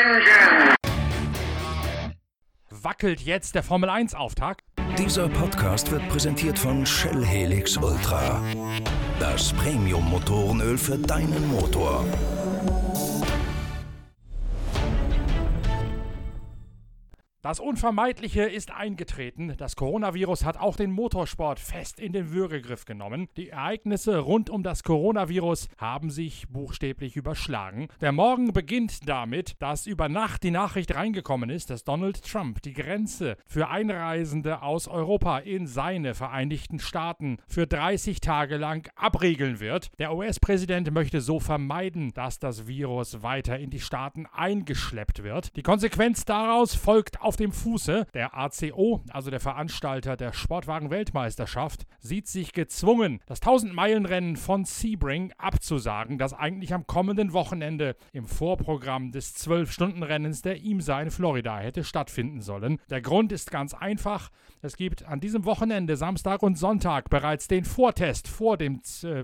engine. Wackelt jetzt der Formel-1-Auftakt? Dieser Podcast wird präsentiert von Shell Helix Ultra. Das Premium-Motorenöl für deinen Motor. Das Unvermeidliche ist eingetreten. Das Coronavirus hat auch den Motorsport fest in den Würgegriff genommen. Die Ereignisse rund um das Coronavirus haben sich buchstäblich überschlagen. Der Morgen beginnt damit, dass über Nacht die Nachricht reingekommen ist, dass Donald Trump die Grenze für Einreisende aus Europa in seine Vereinigten Staaten für 30 Tage lang abriegeln wird. Der US-Präsident möchte so vermeiden, dass das Virus weiter in die Staaten eingeschleppt wird. Die Konsequenz daraus folgt auf dem Fuße. Der ACO, also der Veranstalter der Sportwagen-Weltmeisterschaft, sieht sich gezwungen, das 1000-Meilen-Rennen von Sebring abzusagen, das eigentlich am kommenden Wochenende im Vorprogramm des 12-Stunden-Rennens der IMSA in Florida hätte stattfinden sollen. Der Grund ist ganz einfach. Es gibt an diesem Wochenende, Samstag und Sonntag, bereits den Vortest vor dem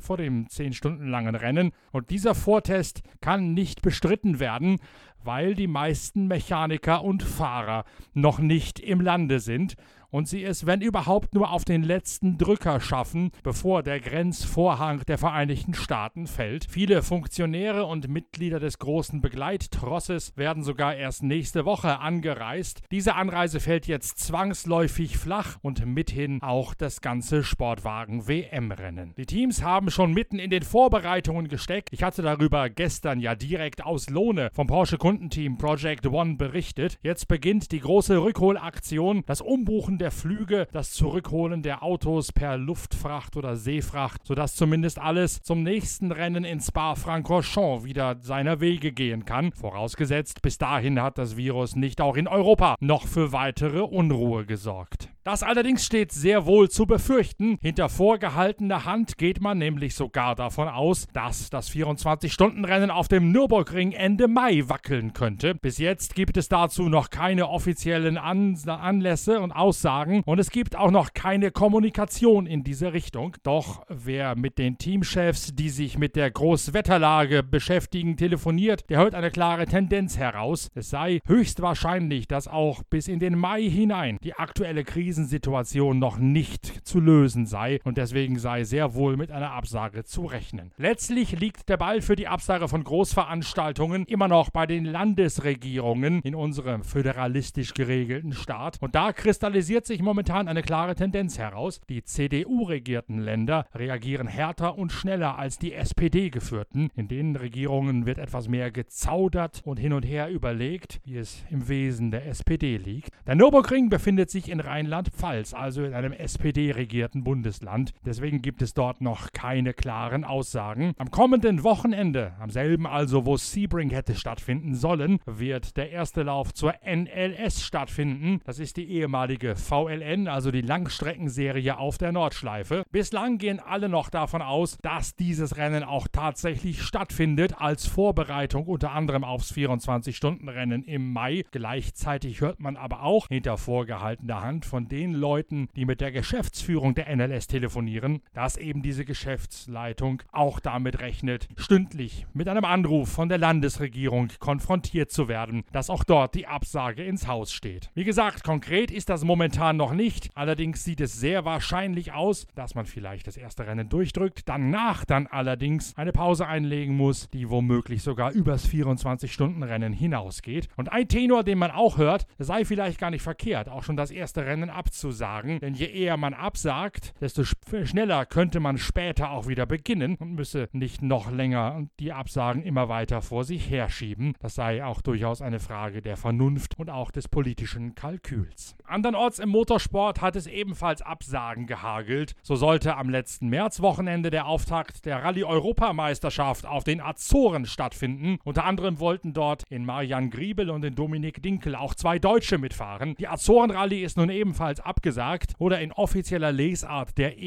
10 Stunden langen Rennen. Und dieser Vortest kann nicht bestritten werden, weil die meisten Mechaniker und Fahrer noch nicht im Lande sind und sie es, wenn überhaupt, nur auf den letzten Drücker schaffen, bevor der Grenzvorhang der Vereinigten Staaten fällt. Viele Funktionäre und Mitglieder des großen Begleittrosses werden sogar erst nächste Woche angereist. Diese Anreise fällt jetzt zwangsläufig flach und mithin auch das ganze Sportwagen-WM-Rennen. Die Teams haben schon mitten in den Vorbereitungen gesteckt. Ich hatte darüber gestern ja direkt aus Lohne vom Porsche-Kundenteam Project One berichtet. Jetzt beginnt die große Rückholaktion, das Umbuchen der Flüge, das Zurückholen der Autos per Luftfracht oder Seefracht, sodass zumindest alles zum nächsten Rennen in Spa-Francorchamps wieder seiner Wege gehen kann. Vorausgesetzt, bis dahin hat das Virus nicht auch in Europa noch für weitere Unruhe gesorgt. Das allerdings steht sehr wohl zu befürchten. Hinter vorgehaltener Hand geht man nämlich sogar davon aus, dass das 24-Stunden-Rennen auf dem Nürburgring Ende Mai wackeln könnte. Bis jetzt gibt es dazu noch keine offiziellen Anlässe und Aussagen und es gibt auch noch keine Kommunikation in diese Richtung. Doch wer mit den Teamchefs, die sich mit der Großwetterlage beschäftigen, telefoniert, der hört eine klare Tendenz heraus. Es sei höchstwahrscheinlich, dass auch bis in den Mai hinein die aktuelle Krisensituation noch nicht zu lösen sei und deswegen sei sehr wohl mit einer Absage zu rechnen. Letztlich liegt der Ball für die Absage von Großveranstaltungen immer noch bei den Landesregierungen in unserem föderalistisch geregelten Staat und da kristallisiert sich momentan eine klare Tendenz heraus. Die CDU-regierten Länder reagieren härter und schneller als die SPD-geführten. In den Regierungen wird etwas mehr gezaudert und hin und her überlegt, wie es im Wesen der SPD liegt. Der Nürburgring befindet sich in Rheinland-Pfalz, also in einem SPD-regierten Bundesland. Deswegen gibt es dort noch keine klaren Aussagen. Am kommenden Wochenende, am selben also, wo Sebring hätte stattfinden sollen, wird der erste Lauf zur NLS stattfinden. Das ist die ehemalige VLN, also die Langstreckenserie auf der Nordschleife. Bislang gehen alle noch davon aus, dass dieses Rennen auch tatsächlich stattfindet, als Vorbereitung unter anderem aufs 24-Stunden-Rennen im Mai. Gleichzeitig hört man aber auch hinter vorgehaltener Hand von den Leuten, die mit der Geschäftsführung der NLS telefonieren, dass eben diese Geschäftsleitung auch damit rechnet, stündlich mit einem Anruf von der Landesregierung konfrontiert zu werden, dass auch dort die Absage ins Haus steht. Wie gesagt, konkret ist das momentan noch nicht, allerdings sieht es sehr wahrscheinlich aus, dass man vielleicht das erste Rennen durchdrückt, danach dann allerdings eine Pause einlegen muss, die womöglich sogar übers 24-Stunden-Rennen hinausgeht. Und ein Tenor, den man auch hört, sei vielleicht gar nicht verkehrt, auch schon das erste Rennen abzusagen, denn je eher man absagt, desto schneller könnte man später auch wieder beginnen und müsse nicht noch länger die Absagen immer weiter vor sich herschieben. Das sei auch durchaus eine Frage der Vernunft und auch des politischen Kalküls. Andernorts im Motorsport hat es ebenfalls Absagen gehagelt. So sollte am letzten Märzwochenende der Auftakt der Rallye-Europameisterschaft auf den Azoren stattfinden. Unter anderem wollten dort in Marian Griebel und in Dominik Dinkel auch 2 Deutsche mitfahren. Die Azoren-Rallye ist nun ebenfalls abgesagt oder in offizieller Lesart der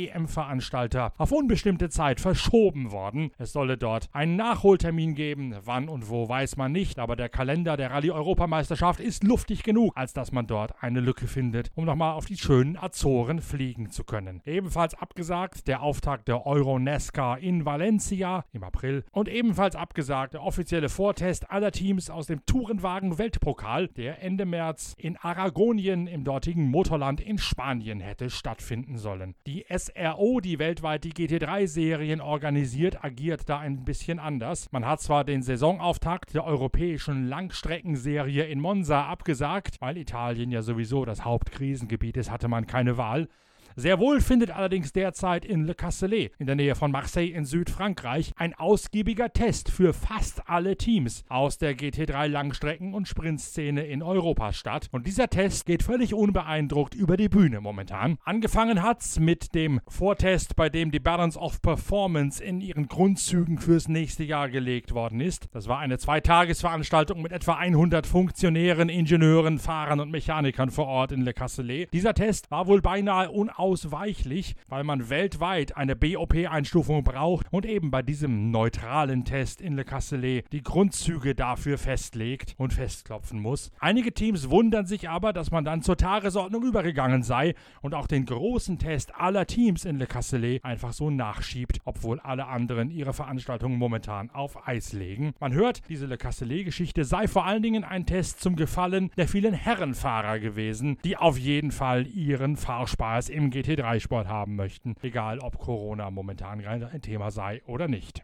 WM-Veranstalter auf unbestimmte Zeit verschoben worden. Es solle dort einen Nachholtermin geben. Wann und wo weiß man nicht, aber der Kalender der Rallye-Europameisterschaft ist luftig genug, als dass man dort eine Lücke findet, um nochmal auf die schönen Azoren fliegen zu können. Ebenfalls abgesagt der Auftakt der Euro-NASCAR in Valencia im April und ebenfalls abgesagt der offizielle Vortest aller Teams aus dem Tourenwagen-Weltpokal, der Ende März in Aragonien im dortigen Motorland in Spanien hätte stattfinden sollen. Die SRO, die weltweit die GT3-Serien organisiert, agiert da ein bisschen anders. Man hat zwar den Saisonauftakt der europäischen Langstreckenserie in Monza abgesagt, weil Italien ja sowieso das Hauptkrisengebiet ist, hatte man keine Wahl. Sehr wohl findet allerdings derzeit in Le Castellet, in der Nähe von Marseille in Südfrankreich, ein ausgiebiger Test für fast alle Teams aus der GT3-Langstrecken- und Sprintszene in Europa statt. Und dieser Test geht völlig unbeeindruckt über die Bühne momentan. Angefangen hat's mit dem Vortest, bei dem die Balance of Performance in ihren Grundzügen fürs nächste Jahr gelegt worden ist. Das war eine Zweitagesveranstaltung mit etwa 100 Funktionären, Ingenieuren, Fahrern und Mechanikern vor Ort in Le Castellet. Dieser Test war wohl beinahe unausweichlich, weil man weltweit eine BOP-Einstufung braucht und eben bei diesem neutralen Test in Le Castellet die Grundzüge dafür festlegt und festklopfen muss. Einige Teams wundern sich aber, dass man dann zur Tagesordnung übergegangen sei und auch den großen Test aller Teams in Le Castellet einfach so nachschiebt, obwohl alle anderen ihre Veranstaltungen momentan auf Eis legen. Man hört, diese Le Castellet-Geschichte sei vor allen Dingen ein Test zum Gefallen der vielen Herrenfahrer gewesen, die auf jeden Fall ihren Fahrspaß im GT3-Sport haben möchten, egal ob Corona momentan ein Thema sei oder nicht.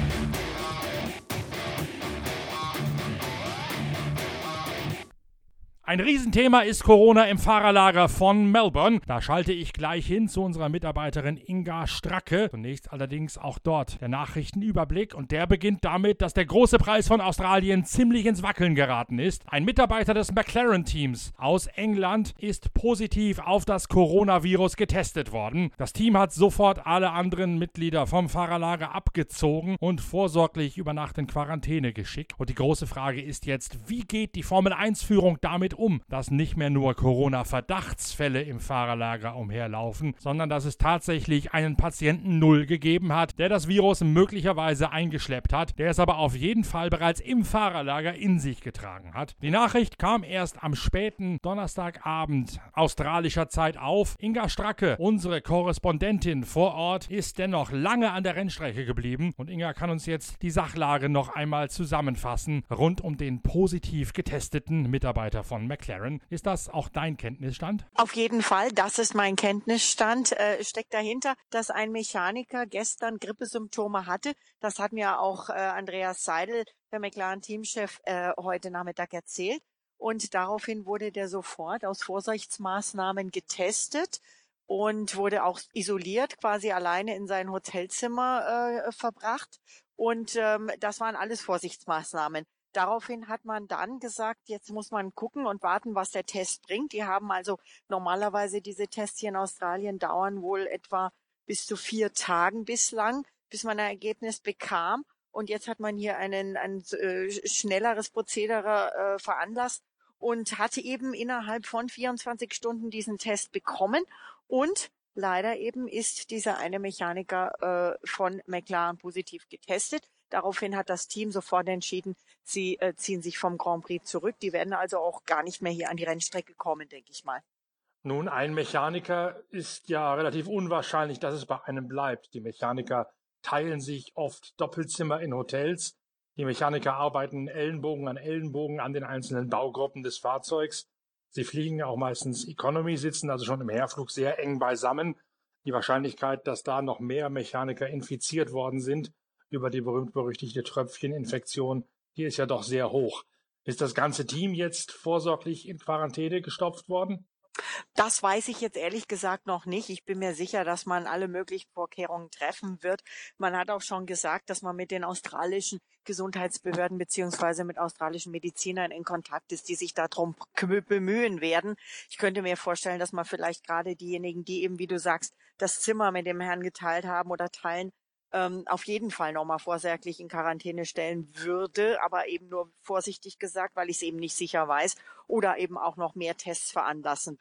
Ein Riesenthema ist Corona im Fahrerlager von Melbourne. Da schalte ich gleich hin zu unserer Mitarbeiterin Inga Stracke. Zunächst allerdings auch dort der Nachrichtenüberblick. Und der beginnt damit, dass der große Preis von Australien ziemlich ins Wackeln geraten ist. Ein Mitarbeiter des McLaren-Teams aus England ist positiv auf das Coronavirus getestet worden. Das Team hat sofort alle anderen Mitglieder vom Fahrerlager abgezogen und vorsorglich über Nacht in Quarantäne geschickt. Und die große Frage ist jetzt, wie geht die Formel-1-Führung damit dass nicht mehr nur Corona-Verdachtsfälle im Fahrerlager umherlaufen, sondern dass es tatsächlich einen Patienten Null gegeben hat, der das Virus möglicherweise eingeschleppt hat, der es aber auf jeden Fall bereits im Fahrerlager in sich getragen hat. Die Nachricht kam erst am späten Donnerstagabend australischer Zeit auf. Inga Stracke, unsere Korrespondentin vor Ort, ist dennoch lange an der Rennstrecke geblieben und Inga kann uns jetzt die Sachlage noch einmal zusammenfassen rund um den positiv getesteten Mitarbeiter von McLaren. Ist das auch dein Kenntnisstand? Auf jeden Fall, das ist mein Kenntnisstand. Steckt dahinter, dass ein Mechaniker gestern Grippesymptome hatte. Das hat mir auch Andreas Seidel, der McLaren-Teamchef, heute Nachmittag erzählt. Und daraufhin wurde der sofort aus Vorsichtsmaßnahmen getestet und wurde auch isoliert, quasi alleine in sein Hotelzimmer verbracht. Und das waren alles Vorsichtsmaßnahmen. Daraufhin hat man dann gesagt, jetzt muss man gucken und warten, was der Test bringt. Die haben also normalerweise diese Tests hier in Australien dauern wohl etwa bis zu 4 Tagen bislang, bis man ein Ergebnis bekam. Und jetzt hat man hier ein schnelleres Prozedere veranlasst und hatte eben innerhalb von 24 Stunden diesen Test bekommen. Und leider eben ist dieser eine Mechaniker von McLaren positiv getestet. Daraufhin hat das Team sofort entschieden, sie ziehen sich vom Grand Prix zurück. Die werden also auch gar nicht mehr hier an die Rennstrecke kommen, denke ich mal. Nun, ein Mechaniker ist ja relativ unwahrscheinlich, dass es bei einem bleibt. Die Mechaniker teilen sich oft Doppelzimmer in Hotels. Die Mechaniker arbeiten Ellenbogen an den einzelnen Baugruppen des Fahrzeugs. Sie fliegen auch meistens Economy, sitzen also schon im Herflug sehr eng beisammen. Die Wahrscheinlichkeit, dass da noch mehr Mechaniker infiziert worden sind, über die berühmt-berüchtigte Tröpfcheninfektion, die ist ja doch sehr hoch. Ist das ganze Team jetzt vorsorglich in Quarantäne gestopft worden? Das weiß ich jetzt ehrlich gesagt noch nicht. Ich bin mir sicher, dass man alle möglichen Vorkehrungen treffen wird. Man hat auch schon gesagt, dass man mit den australischen Gesundheitsbehörden beziehungsweise mit australischen Medizinern in Kontakt ist, die sich darum bemühen werden. Ich könnte mir vorstellen, dass man vielleicht gerade diejenigen, die eben, wie du sagst, das Zimmer mit dem Herrn geteilt haben oder teilen, auf jeden Fall nochmal vorsorglich in Quarantäne stellen würde, aber eben nur vorsichtig gesagt, weil ich es eben nicht sicher weiß, oder eben auch noch mehr Tests veranlassen wird.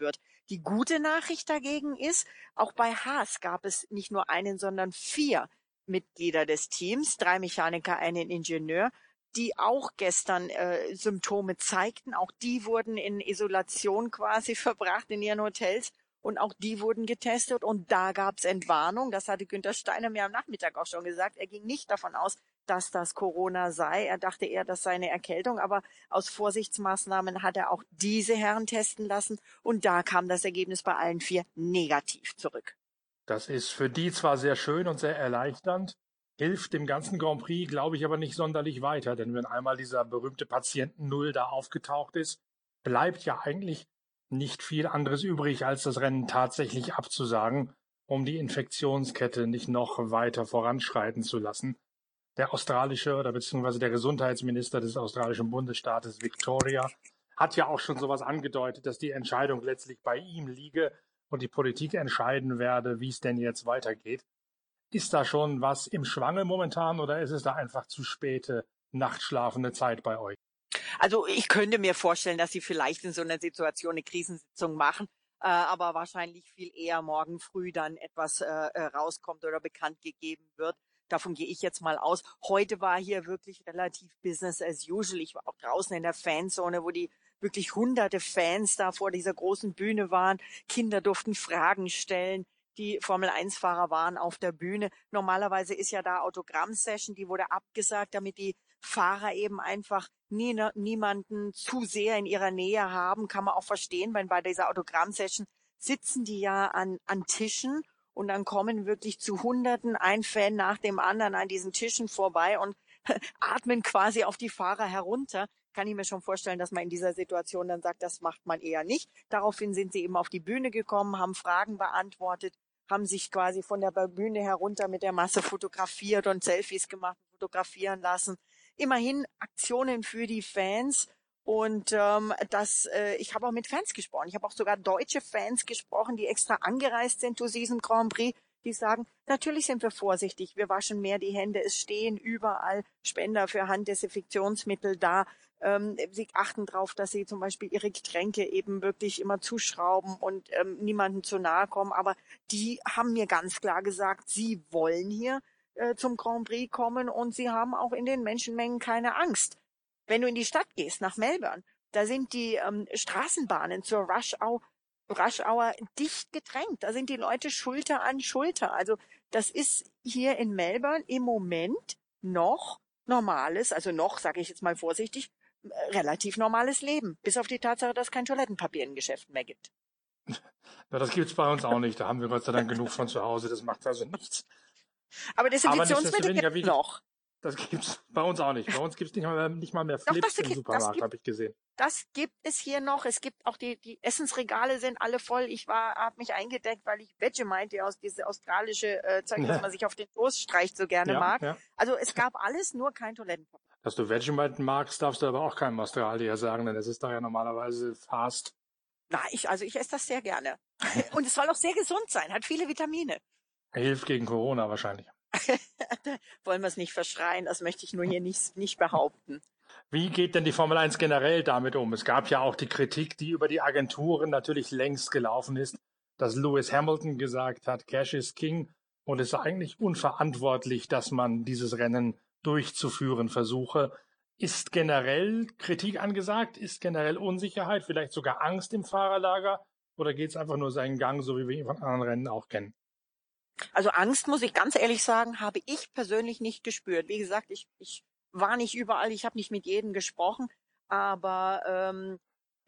Die gute Nachricht dagegen ist, auch bei Haas gab es nicht nur einen, sondern 4 Mitglieder des Teams, 3 Mechaniker, einen Ingenieur, die auch gestern Symptome zeigten. Auch die wurden in Isolation quasi verbracht in ihren Hotels und auch die wurden getestet und da gab es Entwarnung. Das hatte Günther Steiner mir am Nachmittag auch schon gesagt. Er ging nicht davon aus, dass das Corona sei. Er dachte eher, das sei eine Erkältung, aber aus Vorsichtsmaßnahmen hat er auch diese Herren testen lassen und da kam das Ergebnis bei allen 4 negativ zurück. Das ist für die zwar sehr schön und sehr erleichternd, hilft dem ganzen Grand Prix, glaube ich, aber nicht sonderlich weiter, denn wenn einmal dieser berühmte Patienten-Null da aufgetaucht ist, bleibt ja eigentlich nicht viel anderes übrig, als das Rennen tatsächlich abzusagen, um die Infektionskette nicht noch weiter voranschreiten zu lassen. Der australische oder beziehungsweise der Gesundheitsminister des australischen Bundesstaates Victoria hat ja auch schon sowas angedeutet, dass die Entscheidung letztlich bei ihm liege und die Politik entscheiden werde, wie es denn jetzt weitergeht. Ist da schon was im Schwange momentan oder ist es da einfach zu späte, nachtschlafende Zeit bei euch? Also ich könnte mir vorstellen, dass sie vielleicht in so einer Situation eine Krisensitzung machen, aber wahrscheinlich viel eher morgen früh dann etwas rauskommt oder bekannt gegeben wird. Davon gehe ich jetzt mal aus. Heute war hier wirklich relativ Business as usual. Ich war auch draußen in der Fanzone, wo die wirklich hunderte Fans da vor dieser großen Bühne waren. Kinder durften Fragen stellen. Die Formel-1-Fahrer waren auf der Bühne. Normalerweise ist ja da Autogramm-Session, die wurde abgesagt, damit die Fahrer eben einfach niemanden zu sehr in ihrer Nähe haben. Kann man auch verstehen, weil bei dieser Autogramm-Session sitzen die ja an Tischen und dann kommen wirklich zu Hunderten ein Fan nach dem anderen an diesen Tischen vorbei und atmen quasi auf die Fahrer herunter. Kann ich mir schon vorstellen, dass man in dieser Situation dann sagt, das macht man eher nicht. Daraufhin sind sie eben auf die Bühne gekommen, haben Fragen beantwortet, haben sich quasi von der Bühne herunter mit der Masse fotografiert und Selfies gemacht, fotografieren lassen. Immerhin Aktionen für die Fans. Und ich habe auch mit Fans gesprochen. Ich habe auch sogar deutsche Fans gesprochen, die extra angereist sind zu diesem Grand Prix, die sagen, natürlich sind wir vorsichtig, wir waschen mehr die Hände, es stehen überall Spender für Handdesinfektionsmittel da. Sie achten darauf, dass sie zum Beispiel ihre Getränke eben wirklich immer zuschrauben und niemandem zu nahe kommen. Aber die haben mir ganz klar gesagt, sie wollen hier zum Grand Prix kommen und sie haben auch in den Menschenmengen keine Angst. Wenn du in die Stadt gehst, nach Melbourne, da sind die Straßenbahnen zur Rush Hour dicht gedrängt. Da sind die Leute Schulter an Schulter. Also das ist hier in Melbourne im Moment noch normales, also noch, sage ich jetzt mal vorsichtig, relativ normales Leben. Bis auf die Tatsache, dass es kein Toilettenpapier in Geschäften mehr gibt. Ja, das gibt's bei uns auch nicht. Da haben wir Gott sei Dank genug von zu Hause. Das macht also nichts. Aber Desinfektionsmittel gibt's noch. Das gibt's bei uns auch nicht. Bei uns gibt's nicht mal mehr Flips im Supermarkt, habe ich gesehen. Das gibt es hier noch. Es gibt auch die Essensregale sind alle voll. Ich habe mich eingedeckt, weil ich Vegemite, diese australische Zeug, das man sich auf den Toast streicht, so gerne mag. Ja. Also es gab alles, nur kein Toilettenpapier. Dass du Vegemite magst, darfst du aber auch keinem Australier sagen, denn das ist doch ja normalerweise fast. Na, ich esse das sehr gerne. Und es soll auch sehr gesund sein, hat viele Vitamine. Hilft gegen Corona wahrscheinlich. Wollen wir es nicht verschreien, das möchte ich nur hier nicht behaupten. Wie geht denn die Formel 1 generell damit um? Es gab ja auch die Kritik, die über die Agenturen natürlich längst gelaufen ist, dass Lewis Hamilton gesagt hat, Cash is King und es ist eigentlich unverantwortlich, dass man dieses Rennen durchzuführen versuche. Ist generell Kritik angesagt? Ist generell Unsicherheit, vielleicht sogar Angst im Fahrerlager? Oder geht es einfach nur seinen Gang, so wie wir ihn von anderen Rennen auch kennen? Also Angst, muss ich ganz ehrlich sagen, habe ich persönlich nicht gespürt. Wie gesagt, ich war nicht überall, ich habe nicht mit jedem gesprochen, aber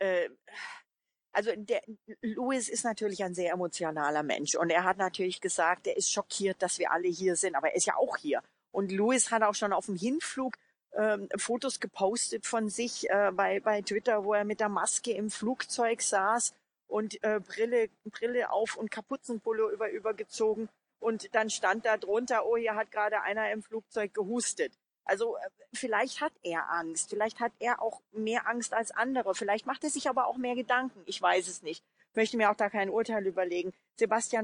also der Lewis ist natürlich ein sehr emotionaler Mensch und er hat natürlich gesagt, er ist schockiert, dass wir alle hier sind, aber er ist ja auch hier. Und Lewis hat auch schon auf dem Hinflug Fotos gepostet von sich bei Twitter, wo er mit der Maske im Flugzeug saß und Brille auf und Kapuzenpullover übergezogen. Und dann stand da drunter, oh, hier hat gerade einer im Flugzeug gehustet. Also vielleicht hat er Angst, vielleicht hat er auch mehr Angst als andere, vielleicht macht er sich aber auch mehr Gedanken, ich weiß es nicht. Ich möchte mir auch da kein Urteil überlegen. Sebastian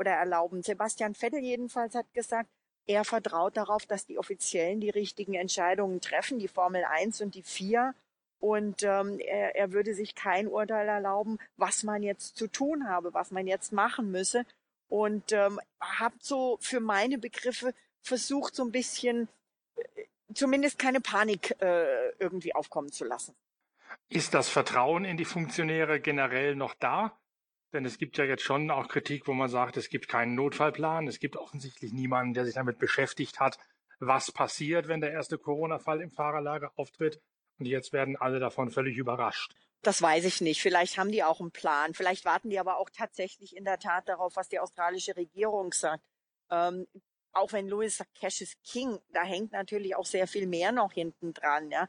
Vettel jedenfalls hat gesagt, er vertraut darauf, dass die Offiziellen die richtigen Entscheidungen treffen, die Formel 1 und die FIA. Und er würde sich kein Urteil erlauben, was man jetzt zu tun habe, was man jetzt machen müsse. Und habe so für meine Begriffe versucht, so ein bisschen zumindest keine Panik irgendwie aufkommen zu lassen. Ist das Vertrauen in die Funktionäre generell noch da? Denn es gibt ja jetzt schon auch Kritik, wo man sagt, es gibt keinen Notfallplan. Es gibt offensichtlich niemanden, der sich damit beschäftigt hat, was passiert, wenn der erste Corona-Fall im Fahrerlager auftritt. Und jetzt werden alle davon völlig überrascht. Das weiß ich nicht. Vielleicht haben die auch einen Plan. Vielleicht warten die aber auch tatsächlich in der Tat darauf, was die australische Regierung sagt. Auch wenn Louis sagt, Cash is King, da hängt natürlich auch sehr viel mehr noch hinten dran. Ja?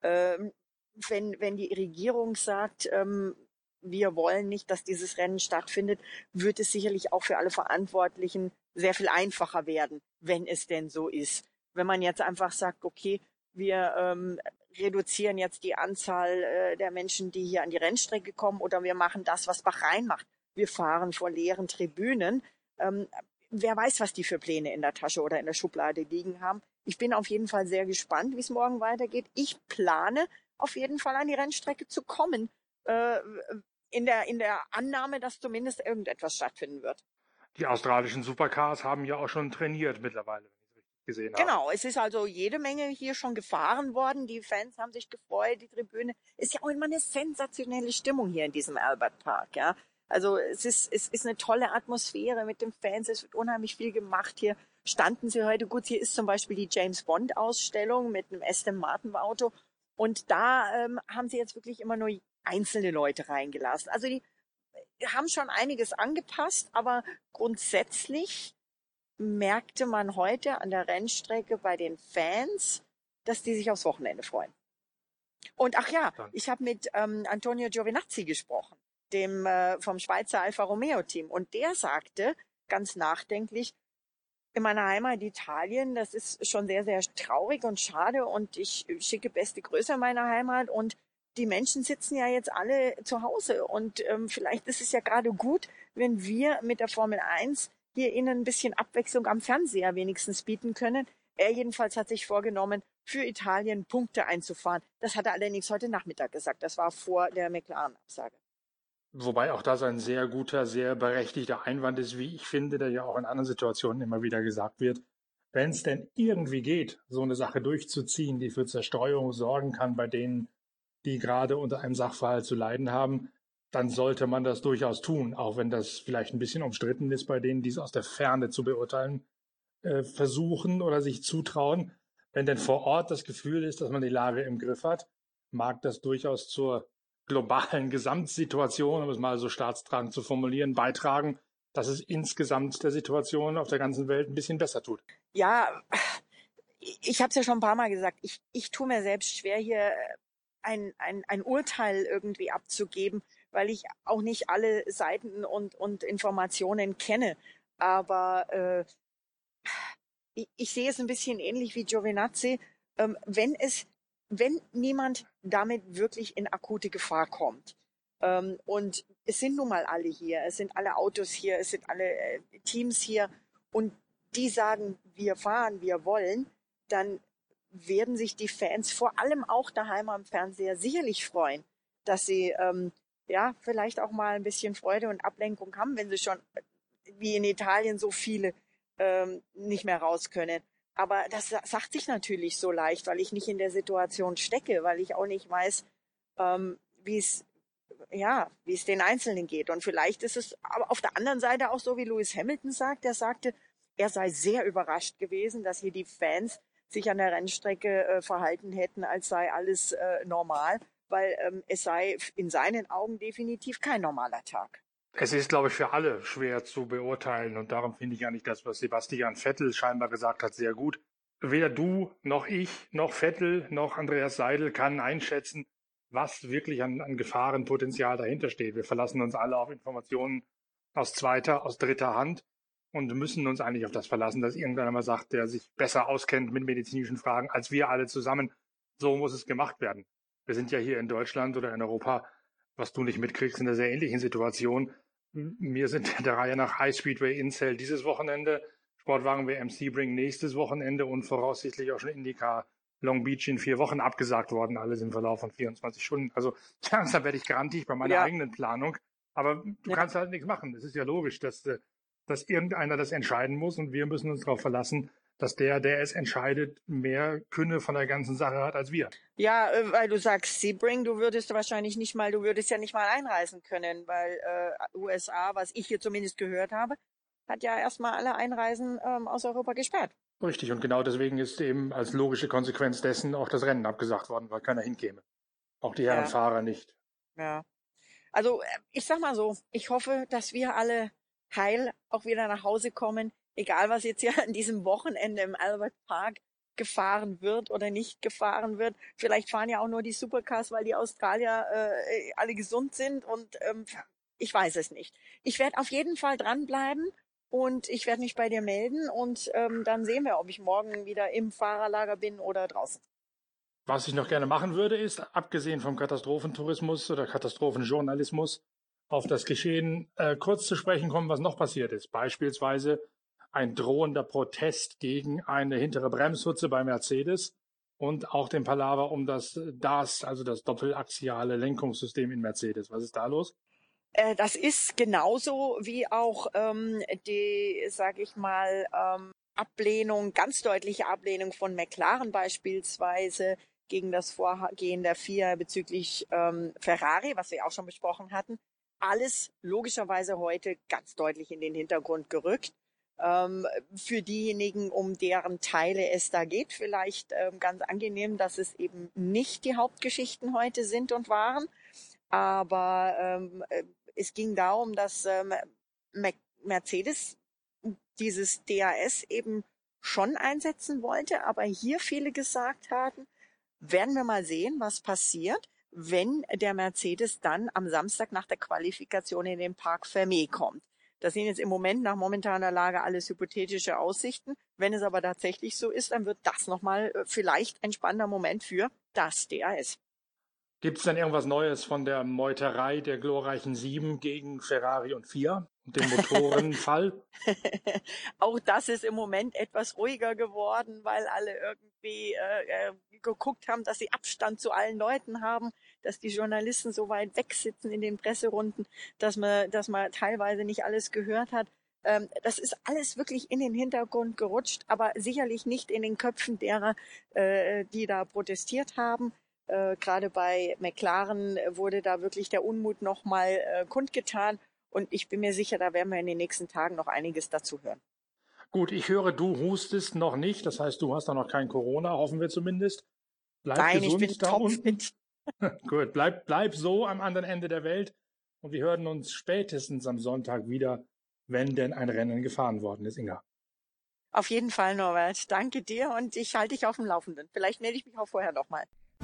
Wenn die Regierung sagt, wir wollen nicht, dass dieses Rennen stattfindet, wird es sicherlich auch für alle Verantwortlichen sehr viel einfacher werden, wenn es denn so ist. Wenn man jetzt einfach sagt, okay, wir reduzieren jetzt die Anzahl der Menschen, die hier an die Rennstrecke kommen, oder wir machen das, was Bahrain macht. Wir fahren vor leeren Tribünen. Wer weiß, was die für Pläne in der Tasche oder in der Schublade liegen haben. Ich bin auf jeden Fall sehr gespannt, wie es morgen weitergeht. Ich plane auf jeden Fall an die Rennstrecke zu kommen, in der Annahme, dass zumindest irgendetwas stattfinden wird. Die australischen Supercars haben ja auch schon trainiert mittlerweile, wenn ich es richtig gesehen habe. Genau, es ist also jede Menge hier schon gefahren worden. Die Fans haben sich gefreut, die Tribüne. Ist ja auch immer eine sensationelle Stimmung hier in diesem Albert Park, ja. Also es ist eine tolle Atmosphäre mit den Fans. Es wird unheimlich viel gemacht. Hier standen sie heute. Gut, hier ist zum Beispiel die James Bond Ausstellung mit einem Aston Martin Auto. Und da haben sie jetzt wirklich immer nur einzelne Leute reingelassen. Also die haben schon einiges angepasst, aber grundsätzlich merkte man heute an der Rennstrecke bei den Fans, dass die sich aufs Wochenende freuen. Und ach ja, ich habe mit Antonio Giovinazzi gesprochen, dem vom Schweizer Alfa Romeo Team. Und der sagte ganz nachdenklich, in meiner Heimat Italien, das ist schon sehr, sehr traurig und schade, und ich schicke beste Grüße an meine Heimat, und die Menschen sitzen ja jetzt alle zu Hause, und vielleicht ist es ja gerade gut, wenn wir mit der Formel 1 hier ihnen ein bisschen Abwechslung am Fernseher wenigstens bieten können. Er jedenfalls hat sich vorgenommen, für Italien Punkte einzufahren. Das hat er allerdings heute Nachmittag gesagt. Das war vor der McLaren-Absage. Wobei auch das ein sehr guter, sehr berechtigter Einwand ist, wie ich finde, der ja auch in anderen Situationen immer wieder gesagt wird. Wenn es denn irgendwie geht, so eine Sache durchzuziehen, die für Zerstreuung sorgen kann bei denen, die gerade unter einem Sachverhalt zu leiden haben, dann sollte man das durchaus tun, auch wenn das vielleicht ein bisschen umstritten ist bei denen, die es aus der Ferne zu beurteilen versuchen oder sich zutrauen. Wenn denn vor Ort das Gefühl ist, dass man die Lage im Griff hat, mag das durchaus zur globalen Gesamtsituation, um es mal so staatstragend zu formulieren, beitragen, dass es insgesamt der Situation auf der ganzen Welt ein bisschen besser tut. Ja, ich habe es ja schon ein paar Mal gesagt, ich tue mir selbst schwer, hier ein Urteil irgendwie abzugeben, weil ich auch nicht alle Seiten und Informationen kenne. Aber ich sehe es ein bisschen ähnlich wie Giovinazzi. Wenn niemand damit wirklich in akute Gefahr kommt, und es sind nun mal alle hier, es sind alle Autos hier, es sind alle Teams hier, und die sagen, wir fahren, wir wollen, dann werden sich die Fans vor allem auch daheim am Fernseher sicherlich freuen, dass sie vielleicht auch mal ein bisschen Freude und Ablenkung haben, wenn sie schon wie in Italien so viele nicht mehr raus können. Aber das sagt sich natürlich so leicht, weil ich nicht in der Situation stecke, weil ich auch nicht weiß, wie es den Einzelnen geht. Und vielleicht ist es aber auf der anderen Seite auch so, wie Lewis Hamilton sagt. Er sagte, er sei sehr überrascht gewesen, dass hier die Fans sich an der Rennstrecke verhalten hätten, als sei alles normal, weil es sei in seinen Augen definitiv kein normaler Tag. Es ist, glaube ich, für alle schwer zu beurteilen, und darum finde ich eigentlich das, was Sebastian Vettel scheinbar gesagt hat, sehr gut. Weder du, noch ich, noch Vettel, noch Andreas Seidel kann einschätzen, was wirklich an Gefahrenpotenzial dahinter steht. Wir verlassen uns alle auf Informationen aus zweiter, aus dritter Hand und müssen uns eigentlich auf das verlassen, dass irgendeiner mal sagt, der sich besser auskennt mit medizinischen Fragen als wir alle zusammen. So muss es gemacht werden. Wir sind ja hier in Deutschland oder in Europa, was du nicht mitkriegst, in einer sehr ähnlichen Situation. Wir sind der Reihe nach High Speedway Incel dieses Wochenende, Sportwagen WM Sebring nächstes Wochenende und voraussichtlich auch schon IndyCar Long Beach in 4 Wochen abgesagt worden, alles im Verlauf von 24 Stunden. Also langsam werde ich grantig bei meiner eigenen Planung. Aber du kannst halt nichts machen. Es ist ja logisch, dass irgendeiner das entscheiden muss und wir müssen uns darauf verlassen, dass der es entscheidet, mehr Künne von der ganzen Sache hat als wir. Ja, weil du sagst Sebring, du würdest ja nicht mal einreisen können, weil USA, was ich hier zumindest gehört habe, hat ja erstmal alle Einreisen aus Europa gesperrt. Richtig, und genau deswegen ist eben als logische Konsequenz dessen auch das Rennen abgesagt worden, weil keiner hinkäme. Auch die Herren Fahrer nicht. Ja. Also ich sag mal so, ich hoffe, dass wir alle heil auch wieder nach Hause kommen, egal was jetzt hier an diesem Wochenende im Albert Park gefahren wird oder nicht gefahren wird. Vielleicht fahren ja auch nur die Supercars, weil die Australier alle gesund sind und ich weiß es nicht. Ich werde auf jeden Fall dranbleiben und ich werde mich bei dir melden und dann sehen wir, ob ich morgen wieder im Fahrerlager bin oder draußen. Was ich noch gerne machen würde, ist, abgesehen vom Katastrophentourismus oder Katastrophenjournalismus, auf das Geschehen kurz zu sprechen kommen, was noch passiert ist. Beispielsweise ein drohender Protest gegen eine hintere Bremshutze bei Mercedes und auch den Palaver um das DAS, also das doppelaxiale Lenkungssystem in Mercedes. Was ist da los? Das ist genauso wie auch die, sag ich mal, Ablehnung, ganz deutliche Ablehnung von McLaren beispielsweise gegen das Vorgehen der FIA bezüglich Ferrari, was wir auch schon besprochen hatten. Alles logischerweise heute ganz deutlich in den Hintergrund gerückt. Für diejenigen, um deren Teile es da geht, vielleicht ganz angenehm, dass es eben nicht die Hauptgeschichten heute sind und waren. Aber es ging darum, dass Mercedes dieses DAS eben schon einsetzen wollte, aber hier viele gesagt hatten, werden wir mal sehen, was passiert, wenn der Mercedes dann am Samstag nach der Qualifikation in den Parc Fermé kommt. Das sind jetzt im Moment nach momentaner Lage alles hypothetische Aussichten. Wenn es aber tatsächlich so ist, dann wird das nochmal vielleicht ein spannender Moment für das DAS. Gibt es denn irgendwas Neues von der Meuterei der glorreichen 7 gegen Ferrari und FIA und dem Motorenfall? Auch das ist im Moment etwas ruhiger geworden, weil alle irgendwie geguckt haben, dass sie Abstand zu allen Leuten haben, dass die Journalisten so weit weg sitzen in den Presserunden, dass man teilweise nicht alles gehört hat. Das ist alles wirklich in den Hintergrund gerutscht, aber sicherlich nicht in den Köpfen derer, die da protestiert haben. Gerade bei McLaren wurde da wirklich der Unmut nochmal kundgetan. Und ich bin mir sicher, da werden wir in den nächsten Tagen noch einiges dazu hören. Gut, ich höre, du hustest noch nicht. Das heißt, du hast da noch kein Corona, hoffen wir zumindest. Nein, gesund, ich bin topfit. Gut, bleib so am anderen Ende der Welt. Und wir hören uns spätestens am Sonntag wieder, wenn denn ein Rennen gefahren worden ist, Inga. Auf jeden Fall, Norbert. Danke dir und ich halte dich auf dem Laufenden. Vielleicht melde ich mich auch vorher nochmal.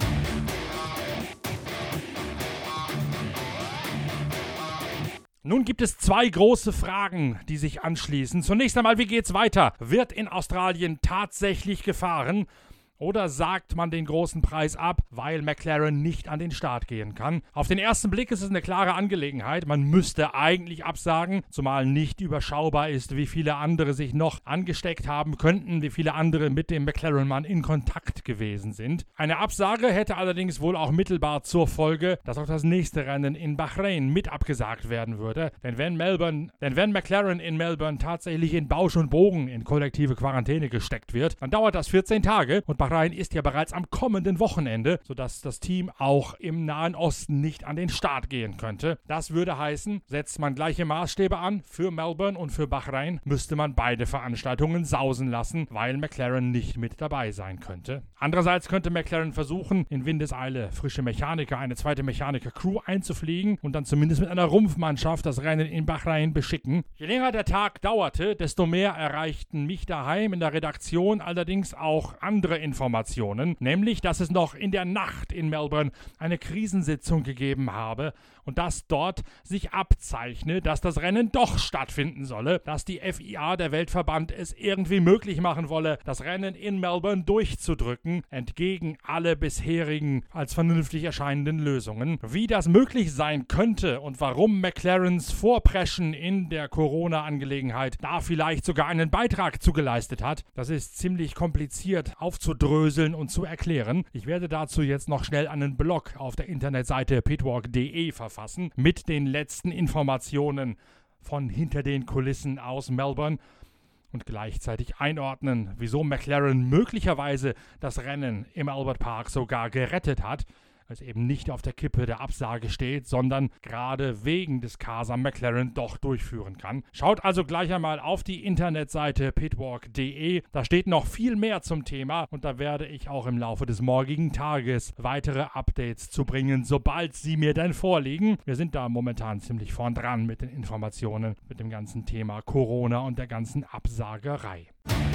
Nun gibt es 2 große Fragen, die sich anschließen. Zunächst einmal, wie geht's weiter? Wird in Australien tatsächlich gefahren? Oder sagt man den großen Preis ab, weil McLaren nicht an den Start gehen kann? Auf den ersten Blick ist es eine klare Angelegenheit. Man müsste eigentlich absagen, zumal nicht überschaubar ist, wie viele andere sich noch angesteckt haben könnten, wie viele andere mit dem McLaren-Mann in Kontakt gewesen sind. Eine Absage hätte allerdings wohl auch mittelbar zur Folge, dass auch das nächste Rennen in Bahrain mit abgesagt werden würde. Denn wenn McLaren in Melbourne tatsächlich in Bausch und Bogen in kollektive Quarantäne gesteckt wird, dann dauert das 14 Tage und Bahrain ist ja bereits am kommenden Wochenende, sodass das Team auch im Nahen Osten nicht an den Start gehen könnte. Das würde heißen, setzt man gleiche Maßstäbe an für Melbourne und für Bahrain, müsste man beide Veranstaltungen sausen lassen, weil McLaren nicht mit dabei sein könnte. Andererseits könnte McLaren versuchen, in Windeseile frische Mechaniker, eine zweite Mechaniker-Crew einzufliegen und dann zumindest mit einer Rumpfmannschaft das Rennen in Bahrain beschicken. Je länger der Tag dauerte, desto mehr erreichten mich daheim in der Redaktion allerdings auch andere Informationen, nämlich, dass es noch in der Nacht in Melbourne eine Krisensitzung gegeben habe und dass dort sich abzeichnet, dass das Rennen doch stattfinden solle, dass die FIA, der Weltverband, es irgendwie möglich machen wolle, das Rennen in Melbourne durchzudrücken, entgegen alle bisherigen als vernünftig erscheinenden Lösungen. Wie das möglich sein könnte und warum McLarens Vorpreschen in der Corona-Angelegenheit da vielleicht sogar einen Beitrag zugeleistet hat, das ist ziemlich kompliziert aufzudröseln und zu erklären. Ich werde dazu jetzt noch schnell einen Blog auf der Internetseite pitwalk.de verfassen mit den letzten Informationen von hinter den Kulissen aus Melbourne und gleichzeitig einordnen, wieso McLaren möglicherweise das Rennen im Albert Park sogar gerettet hat, es eben nicht auf der Kippe der Absage steht, sondern gerade wegen des Casa McLaren doch durchführen kann. Schaut also gleich einmal auf die Internetseite pitwalk.de. Da steht noch viel mehr zum Thema und da werde ich auch im Laufe des morgigen Tages weitere Updates zu bringen, sobald sie mir denn vorliegen. Wir sind da momentan ziemlich vorn dran mit den Informationen, mit dem ganzen Thema Corona und der ganzen Absagerei.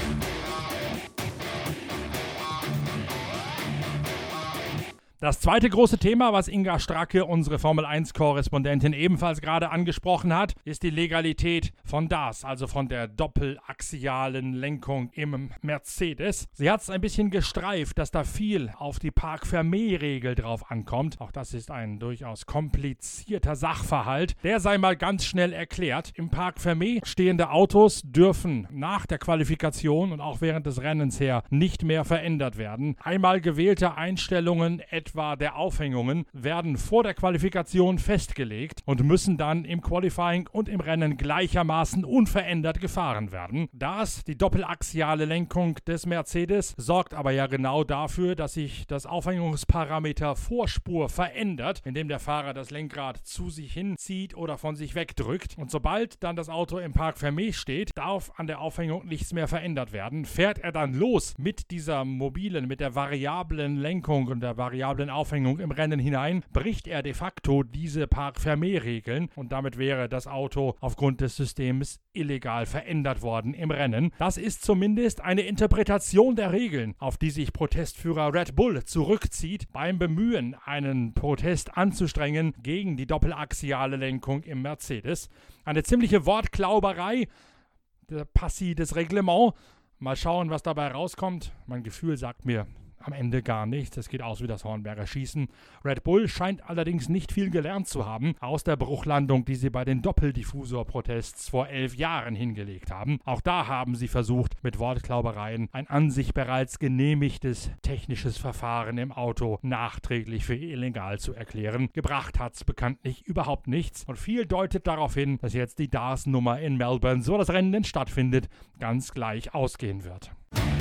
Das zweite große Thema, was Inga Stracke, unsere Formel-1-Korrespondentin, ebenfalls gerade angesprochen hat, ist die Legalität von DAS, also von der doppelaxialen Lenkung im Mercedes. Sie hat es ein bisschen gestreift, dass da viel auf die Parc-Fermé-Regel drauf ankommt. Auch das ist ein durchaus komplizierter Sachverhalt. Der sei mal ganz schnell erklärt. Im Parc-Fermé stehende Autos dürfen nach der Qualifikation und auch während des Rennens her nicht mehr verändert werden. Einmal gewählte Einstellungen etwa der Aufhängungen werden vor der Qualifikation festgelegt und müssen dann im Qualifying und im Rennen gleichermaßen unverändert gefahren werden. Das, die doppelaxiale Lenkung des Mercedes, sorgt aber ja genau dafür, dass sich das Aufhängungsparameter Vorspur verändert, indem der Fahrer das Lenkrad zu sich hinzieht oder von sich wegdrückt. Und sobald dann das Auto im Parc Fermé steht, darf an der Aufhängung nichts mehr verändert werden. Fährt er dann los mit dieser mobilen, mit der variablen Lenkung und der variablen Aufhängung im Rennen hinein, bricht er de facto diese Parc-Fermé-Regeln und damit wäre das Auto aufgrund des Systems illegal verändert worden im Rennen. Das ist zumindest eine Interpretation der Regeln, auf die sich Protestführer Red Bull zurückzieht, beim Bemühen, einen Protest anzustrengen gegen die doppelaxiale Lenkung im Mercedes. Eine ziemliche Wortklauberei, der Passi des Reglements. Mal schauen, was dabei rauskommt. Mein Gefühl sagt mir, am Ende gar nichts. Es geht aus wie das Hornberger Schießen. Red Bull scheint allerdings nicht viel gelernt zu haben aus der Bruchlandung, die sie bei den Doppeldiffusor-Protests vor 11 Jahren hingelegt haben. Auch da haben sie versucht, mit Wortklaubereien ein an sich bereits genehmigtes technisches Verfahren im Auto nachträglich für illegal zu erklären. Gebracht hat es bekanntlich überhaupt nichts und viel deutet darauf hin, dass jetzt die DAS-Nummer in Melbourne, so das Rennen denn stattfindet, ganz gleich ausgehen wird.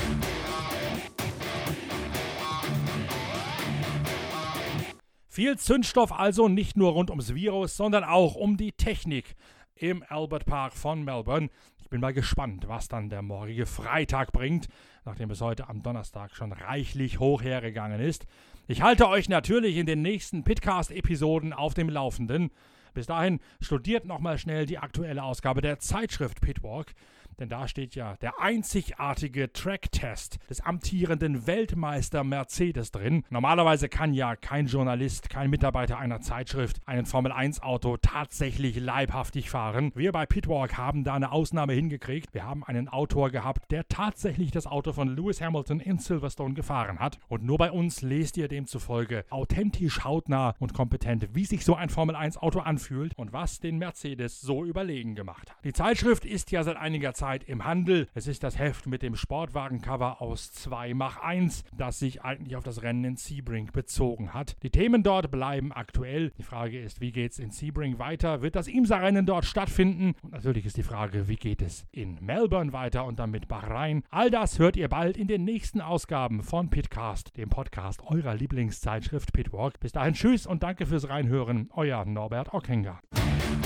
Viel Zündstoff also nicht nur rund ums Virus, sondern auch um die Technik im Albert Park von Melbourne. Ich bin mal gespannt, was dann der morgige Freitag bringt, nachdem es heute am Donnerstag schon reichlich hoch hergegangen ist. Ich halte euch natürlich in den nächsten Pitcast-Episoden auf dem Laufenden. Bis dahin studiert nochmal schnell die aktuelle Ausgabe der Zeitschrift Pitwalk, denn da steht ja der einzigartige Track-Test des amtierenden Weltmeister Mercedes drin. Normalerweise kann ja kein Journalist, kein Mitarbeiter einer Zeitschrift einen Formel-1-Auto tatsächlich leibhaftig fahren. Wir bei Pitwalk haben da eine Ausnahme hingekriegt. Wir haben einen Autor gehabt, der tatsächlich das Auto von Lewis Hamilton in Silverstone gefahren hat. Und nur bei uns lest ihr demzufolge authentisch, hautnah und kompetent, wie sich so ein Formel-1-Auto anfühlt und was den Mercedes so überlegen gemacht hat. Die Zeitschrift ist ja seit einiger Zeit im Handel. Es ist das Heft mit dem Sportwagencover aus 2x1, das sich eigentlich auf das Rennen in Sebring bezogen hat. Die Themen dort bleiben aktuell. Die Frage ist, wie geht es in Sebring weiter? Wird das IMSA-Rennen dort stattfinden? Und natürlich ist die Frage, wie geht es in Melbourne weiter und dann mit Bahrain? All das hört ihr bald in den nächsten Ausgaben von Pitcast, dem Podcast eurer Lieblingszeitschrift Pitwalk. Bis dahin tschüss und danke fürs Reinhören. Euer Norbert Ockenger.